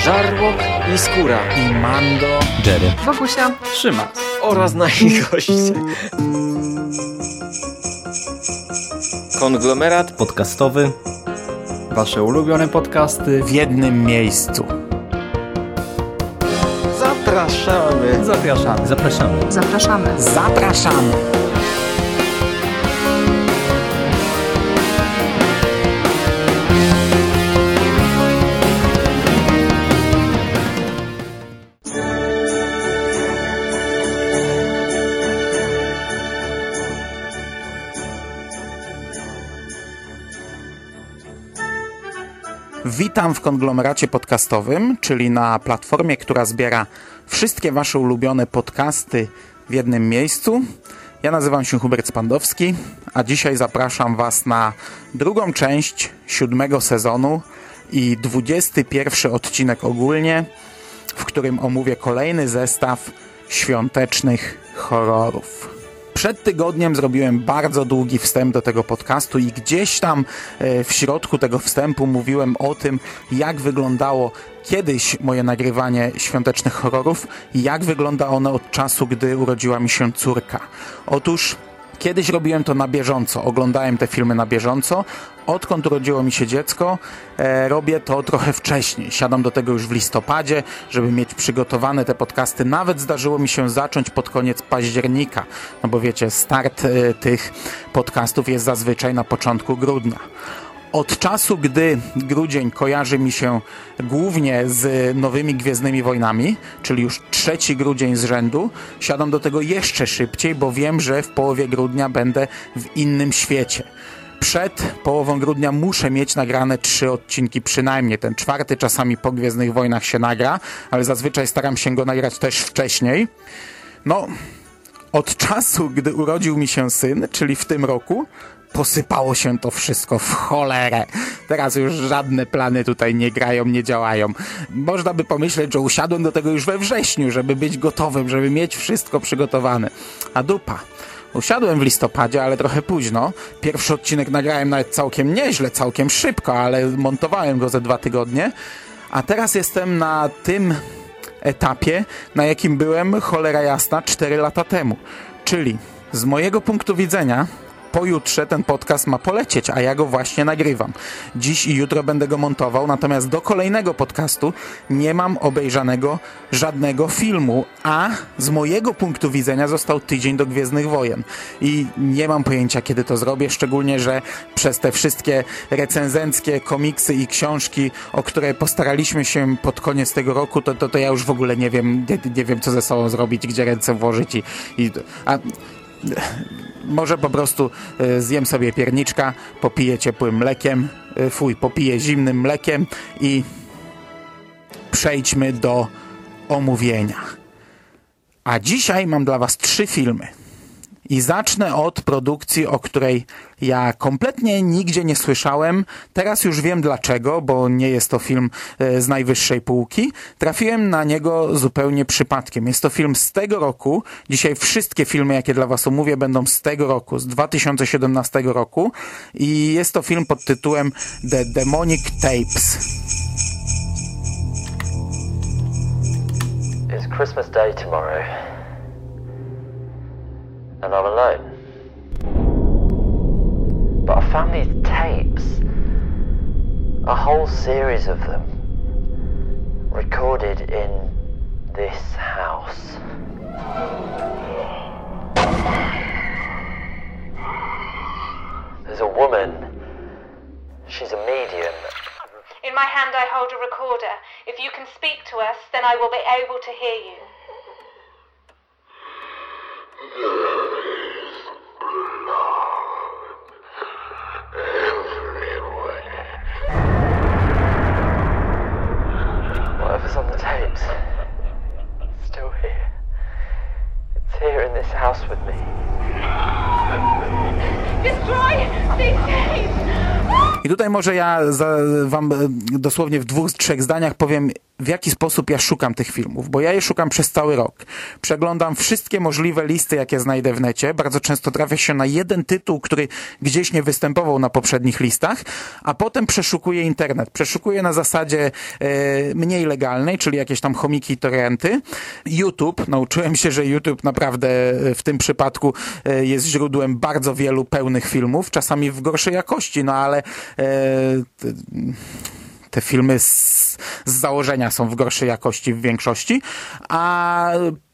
Żarłok i Skóra i Mando, Jerry, Bogusia, Szymas oraz nasi goście. Konglomerat podcastowy. wasze ulubione podcasty w jednym miejscu. Zapraszamy. Zapraszamy. Zapraszamy. zapraszamy. Zapraszamy! Witam w konglomeracie podcastowym, czyli na platformie, która zbiera wszystkie wasze ulubione podcasty w jednym miejscu. Ja nazywam się Hubert Spandowski, a dzisiaj zapraszam was na drugą część 7. sezonu i 21. odcinek ogólnie, w którym omówię kolejny zestaw świątecznych horrorów. Przed tygodniem zrobiłem bardzo długi wstęp do tego podcastu i gdzieś tam w środku tego wstępu mówiłem o tym, jak wyglądało kiedyś moje nagrywanie świątecznych horrorów i jak wygląda ono od czasu, gdy urodziła mi się córka. Otóż kiedyś robiłem to na bieżąco, oglądałem te filmy na bieżąco. Odkąd urodziło mi się dziecko, robię to trochę wcześniej. Siadam do tego już w listopadzie, żeby mieć przygotowane te podcasty. Nawet zdarzyło mi się zacząć pod koniec października, no bo wiecie, start tych podcastów jest zazwyczaj na początku grudnia. Od czasu, gdy grudzień kojarzy mi się głównie z nowymi Gwiezdnymi Wojnami, czyli już 3 grudzień z rzędu, siadam do tego jeszcze szybciej, bo wiem, że w połowie grudnia będę w innym świecie. Przed połową grudnia muszę mieć nagrane 3 odcinki przynajmniej. Ten 4 czasami po Gwiezdnych Wojnach się nagra, ale zazwyczaj staram się go nagrać też wcześniej. No, od czasu, gdy urodził mi się syn, czyli w tym roku, posypało się to wszystko w cholerę. Teraz już żadne plany tutaj nie grają, nie działają. Można by pomyśleć, że usiadłem do tego już we wrześniu, żeby być gotowym, żeby mieć wszystko przygotowane. A dupa. Usiadłem w listopadzie, ale trochę późno. Pierwszy odcinek nagrałem nawet całkiem nieźle, całkiem szybko, ale montowałem go ze 2 tygodnie. A teraz jestem na tym etapie, na jakim byłem, cholera jasna, 4 lata temu. Czyli z mojego punktu widzenia pojutrze ten podcast ma polecieć, a ja go właśnie nagrywam. Dziś i jutro będę go montował, natomiast do kolejnego podcastu nie mam obejrzanego żadnego filmu, a z mojego punktu widzenia został tydzień do Gwiezdnych Wojen. I nie mam pojęcia, kiedy to zrobię, szczególnie, że przez te wszystkie recenzenckie komiksy i książki, o które postaraliśmy się pod koniec tego roku, to ja już w ogóle nie wiem, co ze sobą zrobić, gdzie ręce włożyć może po prostu zjem sobie pierniczka, popiję ciepłym mlekiem, popiję zimnym mlekiem i przejdźmy do omówienia. A dzisiaj mam dla was 3 filmy. I zacznę od produkcji, o której ja kompletnie nigdzie nie słyszałem. Teraz już wiem dlaczego, bo nie jest to film z najwyższej półki. Trafiłem na niego zupełnie przypadkiem. Jest to film z tego roku. Dzisiaj wszystkie filmy, jakie dla was omówię, będą z tego roku, z 2017 roku. I jest to film pod tytułem The Demonic Tapes. It's Christmas Day tomorrow. And I'm alone. But I found these tapes. A whole series of them. Recorded in this house. There's a woman. She's a medium. In my hand I hold a recorder. If you can speak to us, then I will be able to hear you. Whatever's on the tapes, it's still here. It's here in this house with me. Destroy these tapes! I tutaj może ja wam dosłownie w 2-3 zdaniach powiem, w jaki sposób ja szukam tych filmów, bo ja je szukam przez cały rok. Przeglądam wszystkie możliwe listy, jakie znajdę w necie. Bardzo często trafia się na jeden tytuł, który gdzieś nie występował na poprzednich listach, a potem przeszukuję internet. Przeszukuję na zasadzie mniej legalnej, czyli jakieś tam chomiki, torenty. YouTube, nauczyłem się, że YouTube naprawdę w tym przypadku jest źródłem bardzo wielu pełnych filmów, czasami w gorszej jakości, no ale te filmy z założenia są w gorszej jakości w większości, a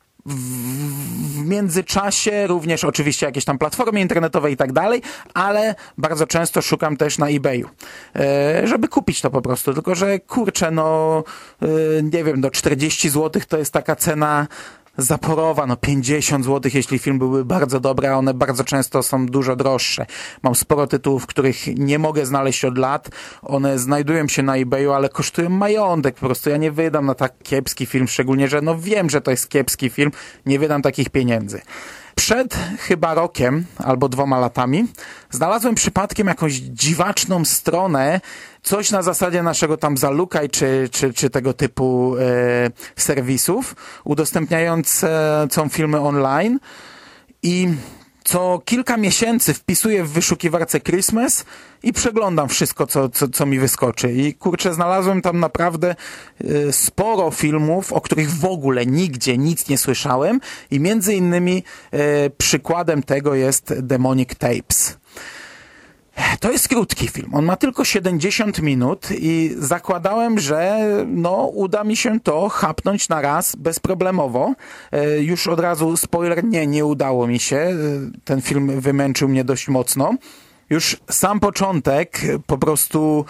w międzyczasie również oczywiście jakieś tam platformy internetowe i tak dalej, ale bardzo często szukam też na eBayu, żeby kupić to po prostu, tylko że kurczę, no nie wiem, do 40 zł to jest taka cena zaporowa, no 50 zł, jeśli film byłby bardzo dobry, a one bardzo często są dużo droższe. Mam sporo tytułów, których nie mogę znaleźć od lat. One znajdują się na eBayu, ale kosztują majątek. Po prostu ja nie wydam na tak kiepski film, szczególnie, że no wiem, że to jest kiepski film, nie wydam takich pieniędzy. Przed chyba rokiem albo 2 latami znalazłem przypadkiem jakąś dziwaczną stronę, coś na zasadzie naszego tam Zalukaj czy tego typu serwisów udostępniającą filmy online i co kilka miesięcy wpisuję w wyszukiwarce Christmas i przeglądam wszystko, co mi wyskoczy. I kurczę, znalazłem tam naprawdę sporo filmów, o których w ogóle nigdzie nic nie słyszałem i między innymi przykładem tego jest Demonic Tapes. To jest krótki film. On ma tylko 70 minut i zakładałem, że no, uda mi się to chapnąć na raz bezproblemowo. Już od razu spoiler, nie udało mi się. Ten film wymęczył mnie dość mocno. Już sam początek po prostu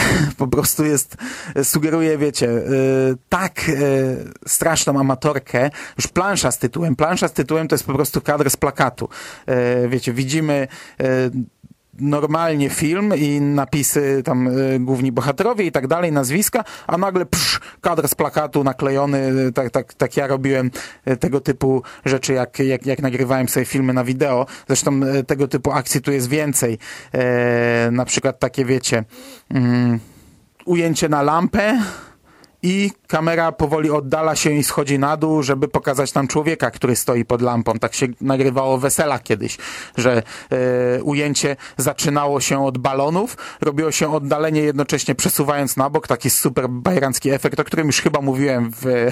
sugeruje, wiecie, tak straszną amatorkę. Już plansza z tytułem to jest po prostu kadr z plakatu. Wiecie, widzimy normalnie film i napisy tam główni bohaterowie i tak dalej, nazwiska, a nagle kadr z plakatu naklejony, tak ja robiłem tego typu rzeczy, jak nagrywałem sobie filmy na wideo. Zresztą tego typu akcji tu jest więcej. Na przykład takie, wiecie, ujęcie na lampę i kamera powoli oddala się i schodzi na dół, żeby pokazać tam człowieka, który stoi pod lampą. Tak się nagrywało wesela kiedyś, że ujęcie zaczynało się od balonów, robiło się oddalenie jednocześnie przesuwając na bok, taki super bajerancki efekt, o którym już chyba mówiłem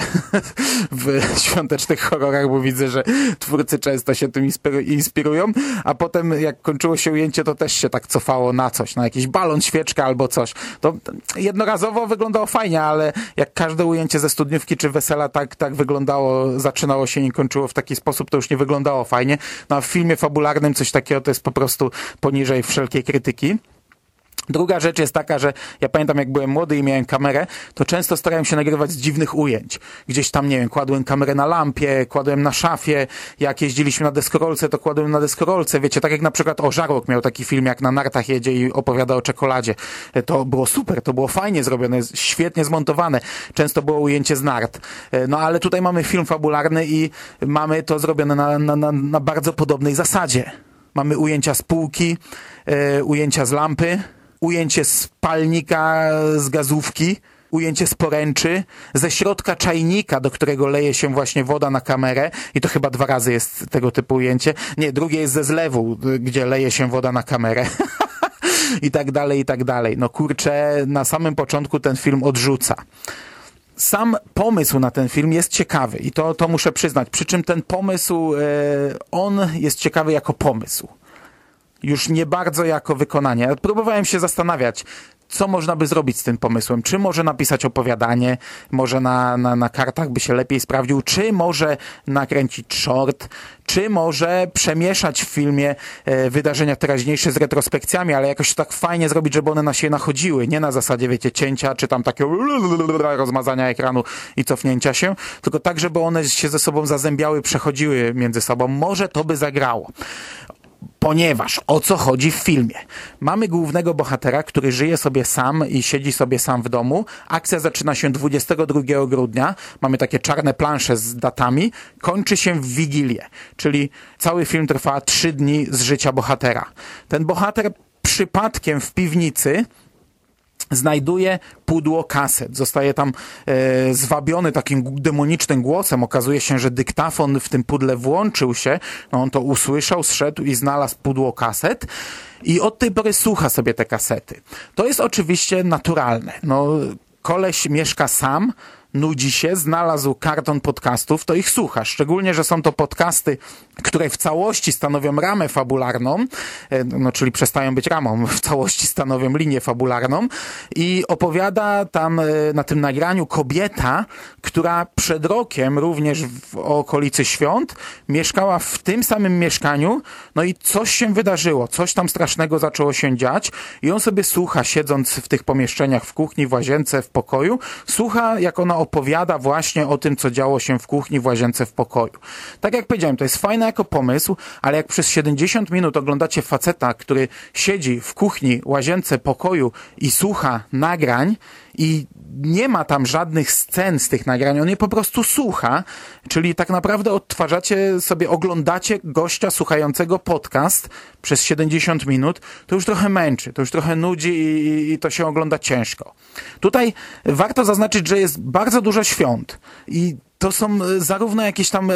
w świątecznych horrorach, bo widzę, że twórcy często się tym inspirują, a potem jak kończyło się ujęcie, to też się tak cofało na coś, na jakiś balon, świeczkę albo coś. To jednorazowo wyglądało fajnie, ale jak każde ujęcie ze studniówki czy wesela tak wyglądało, zaczynało się i kończyło w taki sposób, to już nie wyglądało fajnie. No a w filmie fabularnym coś takiego to jest po prostu poniżej wszelkiej krytyki. Druga rzecz jest taka, że ja pamiętam, jak byłem młody i miałem kamerę, to często starałem się nagrywać z dziwnych ujęć. Gdzieś tam, nie wiem, kładłem kamerę na lampie, kładłem na szafie, jak jeździliśmy na deskorolce, to kładłem na deskorolce. Wiecie, tak jak na przykład Żarłok miał taki film, jak na nartach jedzie i opowiada o czekoladzie. To było super, to było fajnie zrobione, świetnie zmontowane. Często było ujęcie z nart. No ale tutaj mamy film fabularny i mamy to zrobione na bardzo podobnej zasadzie. Mamy ujęcia z półki, ujęcia z lampy, ujęcie z palnika, z gazówki, ujęcie z poręczy, ze środka czajnika, do którego leje się właśnie woda na kamerę i to chyba 2 razy jest tego typu ujęcie. Nie, drugie jest ze zlewu, gdzie leje się woda na kamerę. I tak dalej, i tak dalej. No kurczę, na samym początku ten film odrzuca. Sam pomysł na ten film jest ciekawy i to muszę przyznać. Przy czym ten pomysł, on jest ciekawy jako pomysł. Już nie bardzo jako wykonanie. Próbowałem się zastanawiać, co można by zrobić z tym pomysłem. Czy może napisać opowiadanie, może na kartach by się lepiej sprawdził, czy może nakręcić short, czy może przemieszać w filmie wydarzenia teraźniejsze z retrospekcjami, ale jakoś tak fajnie zrobić, żeby one na siebie nachodziły. Nie na zasadzie, wiecie, cięcia, czy tam takiego rozmazania ekranu i cofnięcia się, tylko tak, żeby one się ze sobą zazębiały, przechodziły między sobą. Może to by zagrało. Ponieważ o co chodzi w filmie? Mamy głównego bohatera, który żyje sobie sam i siedzi sobie sam w domu. Akcja zaczyna się 22 grudnia. Mamy takie czarne plansze z datami. Kończy się w Wigilię, czyli cały film trwa 3 dni z życia bohatera. Ten bohater przypadkiem w piwnicy znajduje pudło kaset. Zostaje tam zwabiony takim demonicznym głosem. Okazuje się, że dyktafon w tym pudle włączył się. No, on to usłyszał, zszedł i znalazł pudło kaset. I od tej pory słucha sobie te kasety. To jest oczywiście naturalne. No, koleś mieszka sam, nudzi się, znalazł karton podcastów, to ich słucha. Szczególnie, że są to podcasty, które w całości stanowią ramę fabularną, no czyli przestają być ramą, w całości stanowią linię fabularną i opowiada tam na tym nagraniu kobieta, która przed rokiem, również w okolicy świąt, mieszkała w tym samym mieszkaniu, no i coś się wydarzyło, coś tam strasznego zaczęło się dziać i on sobie słucha, siedząc w tych pomieszczeniach, w kuchni, w łazience, w pokoju, słucha, jak ona opowiada właśnie o tym, co działo się w kuchni, w łazience, w pokoju. Tak jak powiedziałem, to jest fajne jako pomysł, ale jak przez 70 minut oglądacie faceta, który siedzi w kuchni, łazience, pokoju i słucha nagrań i nie ma tam żadnych scen z tych nagrań, on je po prostu słucha, czyli tak naprawdę odtwarzacie sobie, oglądacie gościa słuchającego podcast przez 70 minut, to już trochę męczy, to już trochę nudzi i to się ogląda ciężko. Tutaj warto zaznaczyć, że jest bardzo dużo świąt i to są zarówno jakieś tam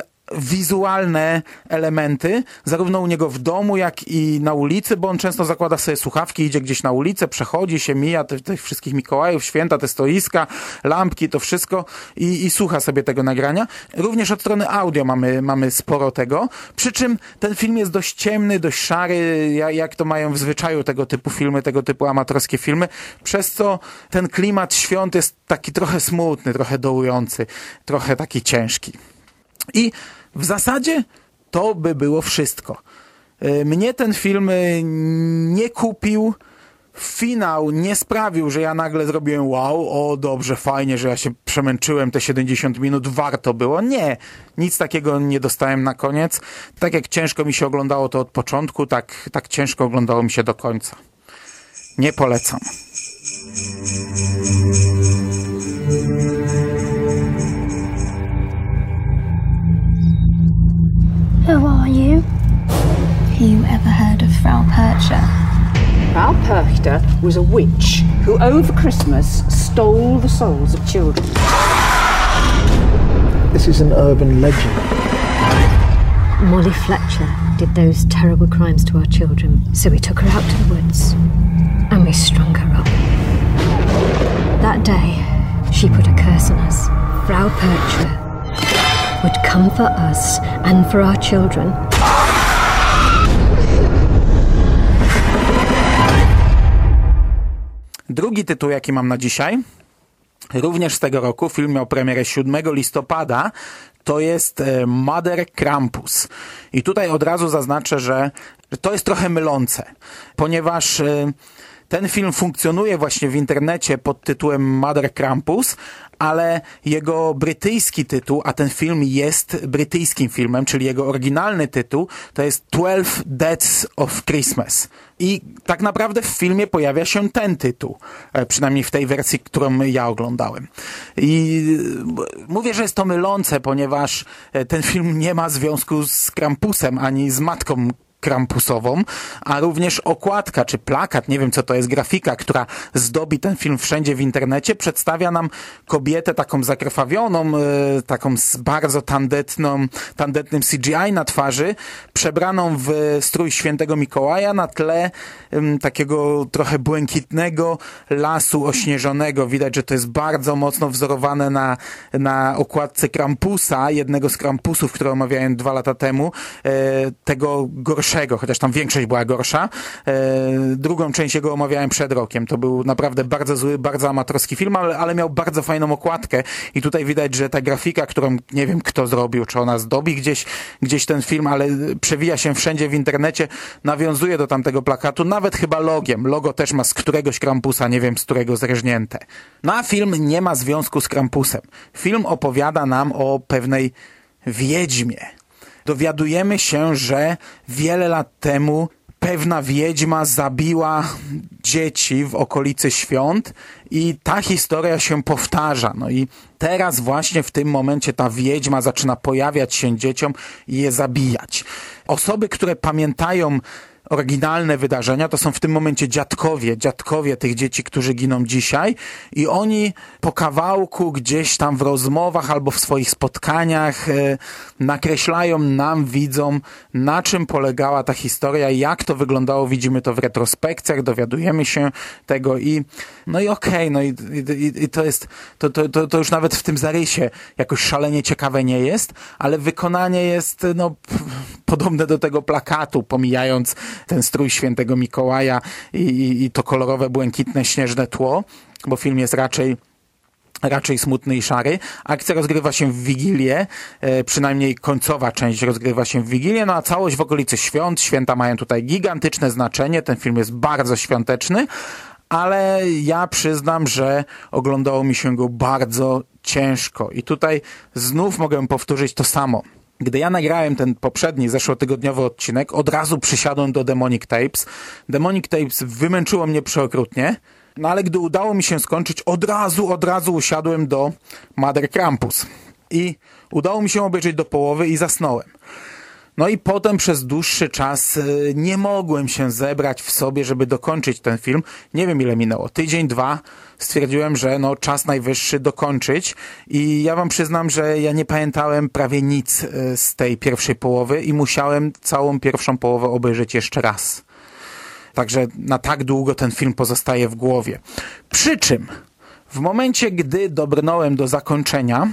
wizualne elementy, zarówno u niego w domu, jak i na ulicy, bo on często zakłada sobie słuchawki, idzie gdzieś na ulicę, przechodzi się, mija tych wszystkich Mikołajów, święta, te stoiska, lampki, to wszystko i słucha sobie tego nagrania. Również od strony audio mamy sporo tego, przy czym ten film jest dość ciemny, dość szary, jak to mają w zwyczaju tego typu filmy, tego typu amatorskie filmy, przez co ten klimat świąt jest taki trochę smutny, trochę dołujący, trochę taki ciężki. I w zasadzie to by było wszystko. Mnie ten film nie kupił, finał nie sprawił, że ja nagle zrobiłem wow, o dobrze, fajnie, że ja się przemęczyłem te 70 minut, warto było. Nie, nic takiego nie dostałem na koniec. Tak jak ciężko mi się oglądało to od początku, tak ciężko oglądało mi się do końca. Nie polecam. Who are you? Have you ever heard of Frau Percher? Frau Perchter was a witch who over Christmas stole the souls of children. This is an urban legend. Molly Fletcher did those terrible crimes to our children, so we took her out to the woods and we strung her up. That day, she put a curse on us. Frau Percher would come for us and for our children. Drugi tytuł, jaki mam na dzisiaj, również z tego roku, film miał premierę 7 listopada, to jest Mother Krampus. I tutaj od razu zaznaczę, że to jest trochę mylące, ponieważ ten film funkcjonuje właśnie w internecie pod tytułem Mother Krampus, ale jego brytyjski tytuł, a ten film jest brytyjskim filmem, czyli jego oryginalny tytuł, to jest 12 Deaths of Christmas. I tak naprawdę w filmie pojawia się ten tytuł, przynajmniej w tej wersji, którą ja oglądałem. I mówię, że jest to mylące, ponieważ ten film nie ma związku z Krampusem, ani z matką krampusową, a również okładka czy plakat, nie wiem co to jest, grafika, która zdobi ten film wszędzie w internecie, przedstawia nam kobietę taką zakrwawioną, taką z bardzo tandetnym CGI na twarzy, przebraną w strój świętego Mikołaja na tle takiego trochę błękitnego lasu ośnieżonego. Widać, że to jest bardzo mocno wzorowane na okładce Krampusa, jednego z Krampusów, które omawiałem 2 lata temu, tego gorszego, chociaż tam większość była gorsza. Drugą część jego omawiałem przed rokiem. To był naprawdę bardzo zły, bardzo amatorski film, ale miał bardzo fajną okładkę i tutaj widać, że ta grafika, którą nie wiem kto zrobił, czy ona zdobi gdzieś ten film, ale przewija się wszędzie w internecie, nawiązuje do tamtego plakatu, nawet chyba logiem. Logo też ma z któregoś Krampusa, nie wiem z którego zreżnięte. No a film nie ma związku z Krampusem. Film opowiada nam o pewnej wiedźmie. Dowiadujemy się, że wiele lat temu pewna wiedźma zabiła dzieci w okolicy świąt i ta historia się powtarza. No i teraz właśnie w tym momencie ta wiedźma zaczyna pojawiać się dzieciom i je zabijać. Osoby, które pamiętają oryginalne wydarzenia, to są w tym momencie dziadkowie tych dzieci, którzy giną dzisiaj i oni po kawałku gdzieś tam w rozmowach albo w swoich spotkaniach nakreślają nam, widzom, na czym polegała ta historia, jak to wyglądało, widzimy to w retrospekcjach, dowiadujemy się tego i to jest, to już nawet w tym zarysie jakoś szalenie ciekawe nie jest, ale wykonanie jest podobne do tego plakatu, pomijając ten strój świętego Mikołaja i to kolorowe, błękitne, śnieżne tło, bo film jest raczej smutny i szary. Akcja rozgrywa się w Wigilię, przynajmniej końcowa część rozgrywa się w Wigilię, a całość w okolicy świąt. Święta mają tutaj gigantyczne znaczenie, ten film jest bardzo świąteczny, ale ja przyznam, że oglądało mi się go bardzo ciężko i tutaj znów mogę powtórzyć to samo. Gdy ja nagrałem ten poprzedni, zeszłotygodniowy odcinek, od razu przysiadłem do Demonic Tapes. Demonic Tapes wymęczyło mnie przeokrutnie, ale gdy udało mi się skończyć, od razu usiadłem do Mother Krampus. I udało mi się obejrzeć do połowy i zasnąłem. No i potem przez dłuższy czas nie mogłem się zebrać w sobie, żeby dokończyć ten film. Nie wiem ile minęło, tydzień, 2. Stwierdziłem, że czas najwyższy dokończyć i ja wam przyznam, że ja nie pamiętałem prawie nic z tej pierwszej połowy i musiałem całą pierwszą połowę obejrzeć jeszcze raz. Także na tak długo ten film pozostaje w głowie. Przy czym w momencie, gdy dobrnąłem do zakończenia,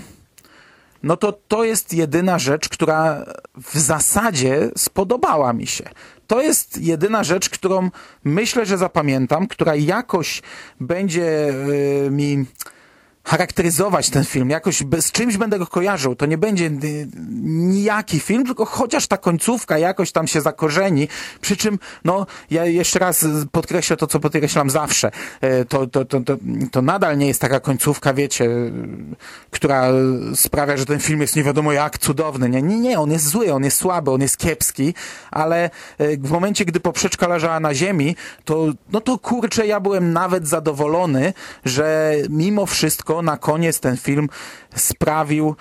to jest jedyna rzecz, która w zasadzie spodobała mi się. To jest jedyna rzecz, którą myślę, że zapamiętam, która jakoś będzie mi charakteryzować ten film, jakoś z czymś będę go kojarzył. To nie będzie nijaki film, tylko chociaż ta końcówka jakoś tam się zakorzeni. Przy czym, ja jeszcze raz podkreślę to, co podkreślam zawsze. To nadal nie jest taka końcówka, wiecie, która sprawia, że ten film jest nie wiadomo jak cudowny. Nie, on jest zły, on jest słaby, on jest kiepski, ale w momencie, gdy poprzeczka leżała na ziemi, to kurczę, ja byłem nawet zadowolony, że mimo wszystko na koniec ten film sprawił,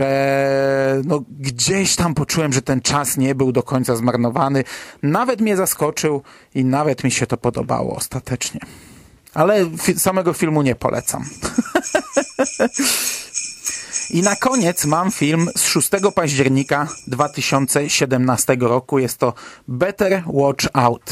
że gdzieś tam poczułem, że ten czas nie był do końca zmarnowany. Nawet mnie zaskoczył i nawet mi się to podobało ostatecznie. Ale samego filmu nie polecam. I na koniec mam film z 6 października 2017 roku. Jest to Better Watch Out.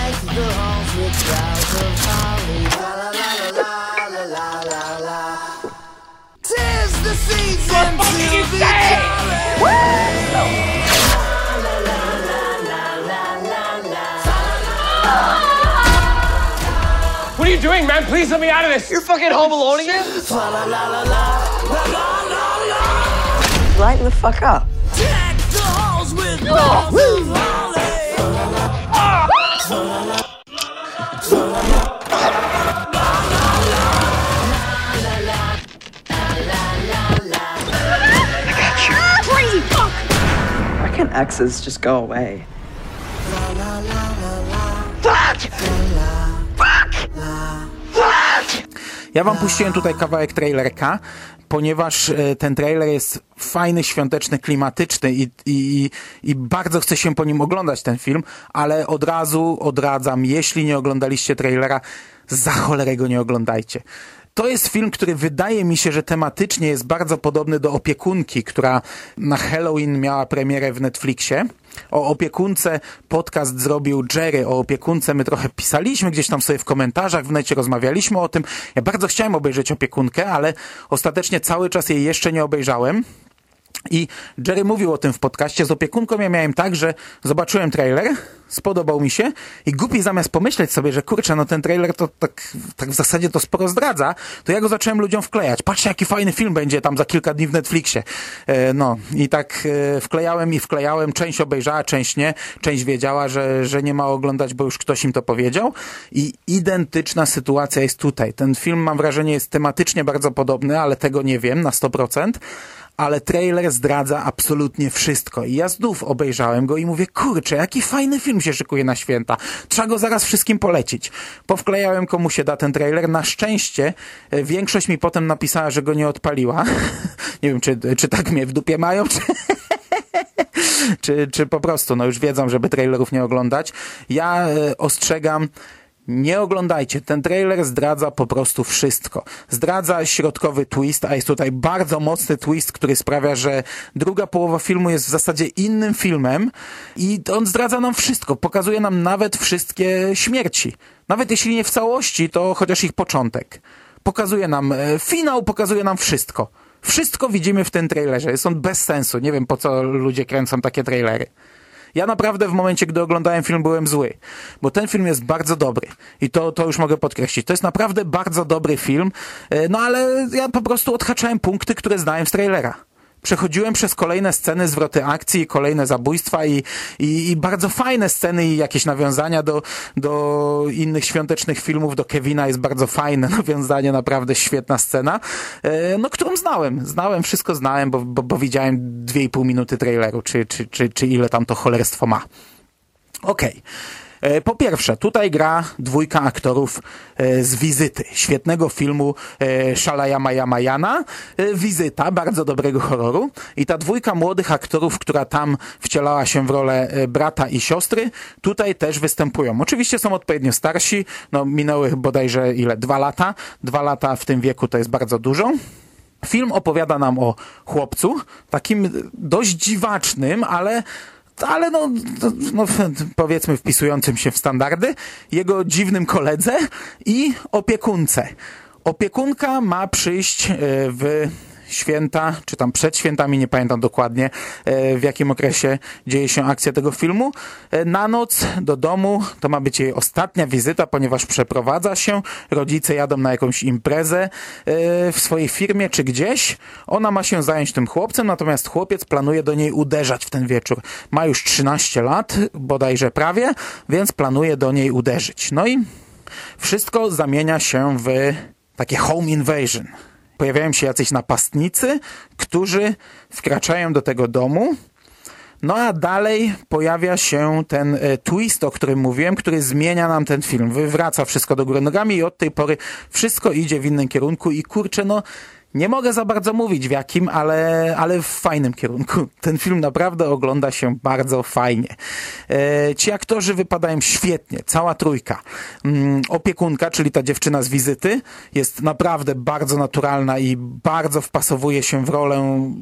What are you doing, man? Please let me out of this. You're fucking home alone again? Lighten the fuck up. Crazy fuck! Why can't exes just go away? Ja wam puściłem tutaj kawałek trailerka, ponieważ ten trailer jest fajny, świąteczny, klimatyczny i bardzo chce się po nim oglądać ten film, ale od razu odradzam, jeśli nie oglądaliście trailera, za cholerę go nie oglądajcie. To jest film, który wydaje mi się, że tematycznie jest bardzo podobny do Opiekunki, która na Halloween miała premierę w Netflixie. O Opiekunce podcast zrobił Jerry. O Opiekunce my trochę pisaliśmy gdzieś tam sobie w komentarzach, w necie rozmawialiśmy o tym. Ja bardzo chciałem obejrzeć Opiekunkę, ale ostatecznie cały czas jej jeszcze nie obejrzałem. I Jerry mówił o tym w podcaście. Z Opiekunką ja miałem tak, że zobaczyłem trailer, spodobał mi się i głupi zamiast pomyśleć sobie, że kurczę, ten trailer to tak w zasadzie to sporo zdradza, to ja go zacząłem ludziom wklejać. Patrzcie, jaki fajny film będzie tam za kilka dni w Netflixie. I tak wklejałem. Część obejrzała, część nie. Część wiedziała, że nie ma oglądać, bo już ktoś im to powiedział. I identyczna sytuacja jest tutaj. Ten film, mam wrażenie, jest tematycznie bardzo podobny, ale tego nie wiem na 100%. Ale trailer zdradza absolutnie wszystko. I ja znów obejrzałem go i mówię, kurczę, jaki fajny film się szykuje na święta. Trzeba go zaraz wszystkim polecić. Powklejałem, komu się da ten trailer. Na szczęście większość mi potem napisała, że go nie odpaliła. Nie wiem, czy tak mnie w dupie mają, czy po prostu, no już wiedzą, żeby trailerów nie oglądać. Ja ostrzegam, nie oglądajcie. Ten trailer zdradza po prostu wszystko. Zdradza środkowy twist, a jest tutaj bardzo mocny twist, który sprawia, że druga połowa filmu jest w zasadzie innym filmem i on zdradza nam wszystko. Pokazuje nam nawet wszystkie śmierci. Nawet jeśli nie w całości, to chociaż ich początek. Pokazuje nam finał, pokazuje nam wszystko. Wszystko widzimy w tym trailerze. Jest on bez sensu. Nie wiem, po co ludzie kręcą takie trailery. Ja naprawdę w momencie, gdy oglądałem film, byłem zły, bo ten film jest bardzo dobry i to już mogę podkreślić. To jest naprawdę bardzo dobry film, no ale ja po prostu odhaczałem punkty, które znałem z trailera. Przechodziłem przez kolejne sceny, zwroty akcji, kolejne zabójstwa i bardzo fajne sceny i jakieś nawiązania do innych świątecznych filmów. Do Kevina jest bardzo fajne nawiązanie, naprawdę świetna scena, no którą wszystko znałem, bo widziałem 2,5 minuty traileru, czy ile tam to cholerstwo ma. Okej. Po pierwsze, tutaj gra 2 aktorów z Wizyty, świetnego filmu Szalayamayana. Wizyta, bardzo dobrego horroru. I ta 2 młodych aktorów, która tam wcielała się w rolę brata i siostry, tutaj też występują. Oczywiście są odpowiednio starsi, no minęły bodajże 2 lata. 2 lata w tym wieku to jest bardzo dużo. Film opowiada nam o chłopcu, takim dość dziwacznym, ale powiedzmy wpisującym się w standardy, jego dziwnym koledze i opiekunce. Opiekunka ma przyjść w święta, czy tam przed świętami, nie pamiętam dokładnie w jakim okresie dzieje się akcja tego filmu, na noc do domu. To ma być jej ostatnia wizyta, ponieważ przeprowadza się, rodzice jadą na jakąś imprezę w swojej firmie czy gdzieś. Ona ma się zająć tym chłopcem, natomiast chłopiec planuje do niej uderzać w ten wieczór. Ma już 13 lat, bodajże prawie, więc planuje do niej uderzyć. No i wszystko zamienia się w takie home invasion. Pojawiają się jacyś napastnicy, którzy wkraczają do tego domu. No a dalej pojawia się ten twist, o którym mówiłem, który zmienia nam ten film. Wywraca wszystko do góry nogami i od tej pory wszystko idzie w innym kierunku i kurczę, no nie mogę za bardzo mówić w jakim, ale w fajnym kierunku. Ten film naprawdę ogląda się bardzo fajnie. Ci aktorzy wypadają świetnie, cała trójka. Opiekunka, czyli ta dziewczyna z Wizyty, jest naprawdę bardzo naturalna i bardzo wpasowuje się w rolę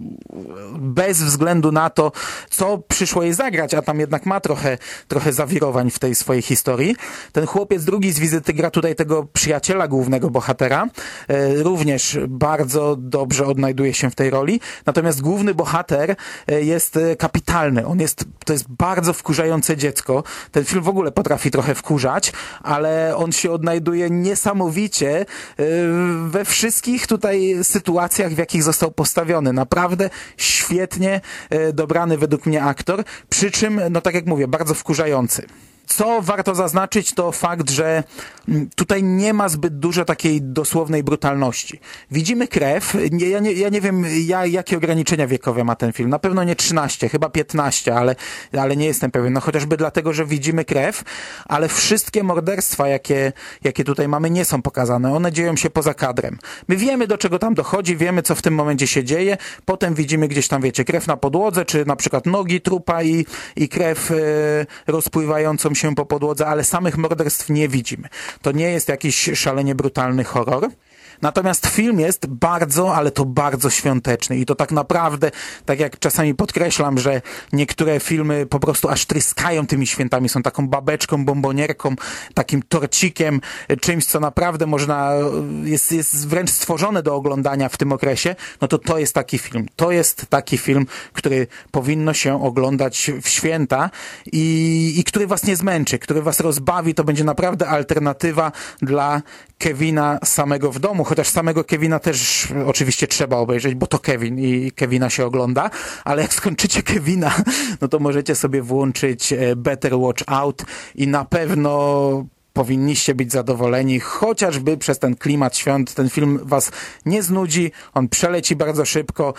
bez względu na to, co przyszło jej zagrać, a tam jednak ma trochę zawirowań w tej swojej historii. Ten chłopiec drugi z Wizyty gra tutaj tego przyjaciela głównego bohatera. Również bardzo dobrze odnajduje się w tej roli. Natomiast główny bohater jest kapitalny. To jest bardzo wkurzające dziecko. Ten film w ogóle potrafi trochę wkurzać, ale on się odnajduje niesamowicie we wszystkich tutaj sytuacjach, w jakich został postawiony. Naprawdę świetnie dobrany według mnie aktor. Przy czym, no tak jak mówię, bardzo wkurzający. Co warto zaznaczyć, to fakt, że tutaj nie ma zbyt dużo takiej dosłownej brutalności. Widzimy krew. Ja nie wiem, jakie ograniczenia wiekowe ma ten film. Na pewno nie 13, chyba 15, ale nie jestem pewien. No chociażby dlatego, że widzimy krew, ale wszystkie morderstwa, jakie tutaj mamy, nie są pokazane. One dzieją się poza kadrem. My wiemy, do czego tam dochodzi, wiemy, co w tym momencie się dzieje. Potem widzimy gdzieś tam, wiecie, krew na podłodze, czy na przykład nogi trupa i krew rozpływającą się po podłodze, ale samych morderstw nie widzimy. To nie jest jakiś szalenie brutalny horror. Natomiast film jest bardzo, ale to bardzo świąteczny i to tak naprawdę, tak jak czasami podkreślam, że niektóre filmy po prostu aż tryskają tymi świętami, są taką babeczką, bombonierką, takim torcikiem, czymś, co naprawdę jest wręcz stworzone do oglądania w tym okresie, no to jest taki film. To jest taki film, który powinno się oglądać w święta i który was nie zmęczy, który was rozbawi. To będzie naprawdę alternatywa dla Kevina samego w domu, chociaż samego Kevina też oczywiście trzeba obejrzeć, bo to Kevin i Kevina się ogląda, ale jak skończycie Kevina, no to możecie sobie włączyć Better Watch Out i na pewno powinniście być zadowoleni, chociażby przez ten klimat świąt. Ten film was nie znudzi, on przeleci bardzo szybko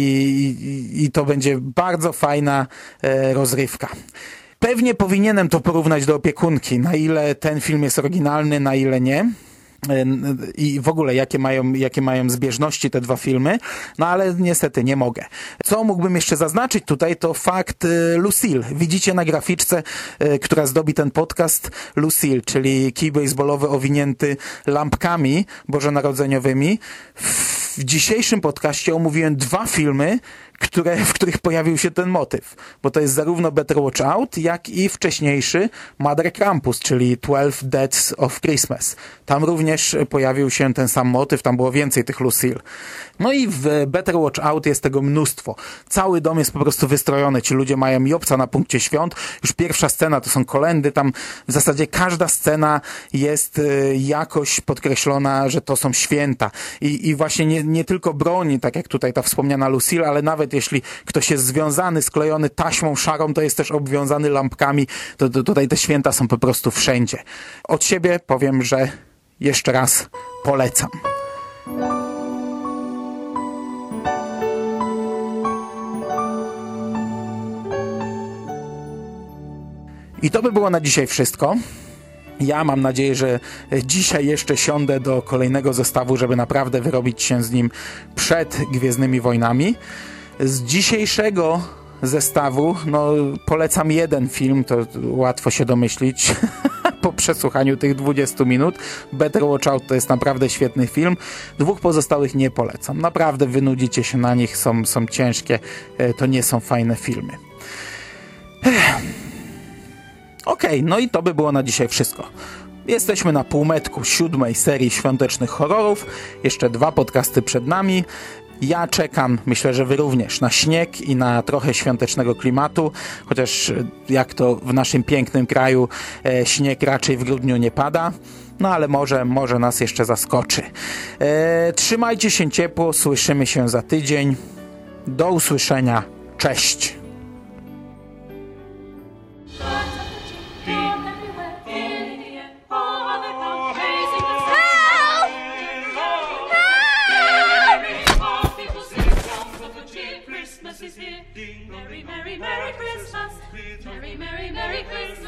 i to będzie bardzo fajna rozrywka. Pewnie powinienem to porównać do Opiekunki, na ile ten film jest oryginalny, na ile nie. i w ogóle jakie mają zbieżności te dwa filmy, no ale niestety nie mogę. Co mógłbym jeszcze zaznaczyć tutaj, to fakt Lucille. Widzicie na graficzce, która zdobi ten podcast, Lucille, czyli kij baseballowy owinięty lampkami bożonarodzeniowymi. W dzisiejszym podcaście omówiłem 2 filmy, w których pojawił się ten motyw, bo to jest zarówno Better Watch Out, jak i wcześniejszy Mother Krampus, czyli 12 Deaths of Christmas. Tam również pojawił się ten sam motyw, tam było więcej tych Lucille. No i w Better Watch Out jest tego mnóstwo. Cały dom jest po prostu wystrojony, ci ludzie mają jobca na punkcie świąt. Już pierwsza scena to są kolędy, tam w zasadzie każda scena jest jakoś podkreślona, że to są święta. I właśnie nie tylko broni, tak jak tutaj ta wspomniana Lucille, ale nawet jeśli ktoś jest związany, sklejony taśmą szarą, to jest też obwiązany lampkami. Tutaj te święta są po prostu wszędzie. Od siebie powiem, że jeszcze raz polecam. I to by było na dzisiaj wszystko. Ja mam nadzieję, że dzisiaj jeszcze siądę do kolejnego zestawu, żeby naprawdę wyrobić się z nim przed Gwiezdnymi Wojnami. Z dzisiejszego zestawu polecam jeden film, to łatwo się domyślić po przesłuchaniu tych 20 minut. Better Watch Out to jest naprawdę świetny film. 2 pozostałych nie polecam. Naprawdę wynudzicie się na nich, są ciężkie, to nie są fajne filmy. Okej, no i to by było na dzisiaj wszystko. Jesteśmy na półmetku 7. serii świątecznych horrorów. Jeszcze 2 podcasty przed nami. Ja czekam, myślę, że wy również, na śnieg i na trochę świątecznego klimatu, chociaż jak to w naszym pięknym kraju śnieg raczej w grudniu nie pada, no ale może nas jeszcze zaskoczy. Trzymajcie się ciepło, słyszymy się za tydzień. Do usłyszenia, cześć! Merry, merry, merry Christmas. Merry, merry, merry Christmas.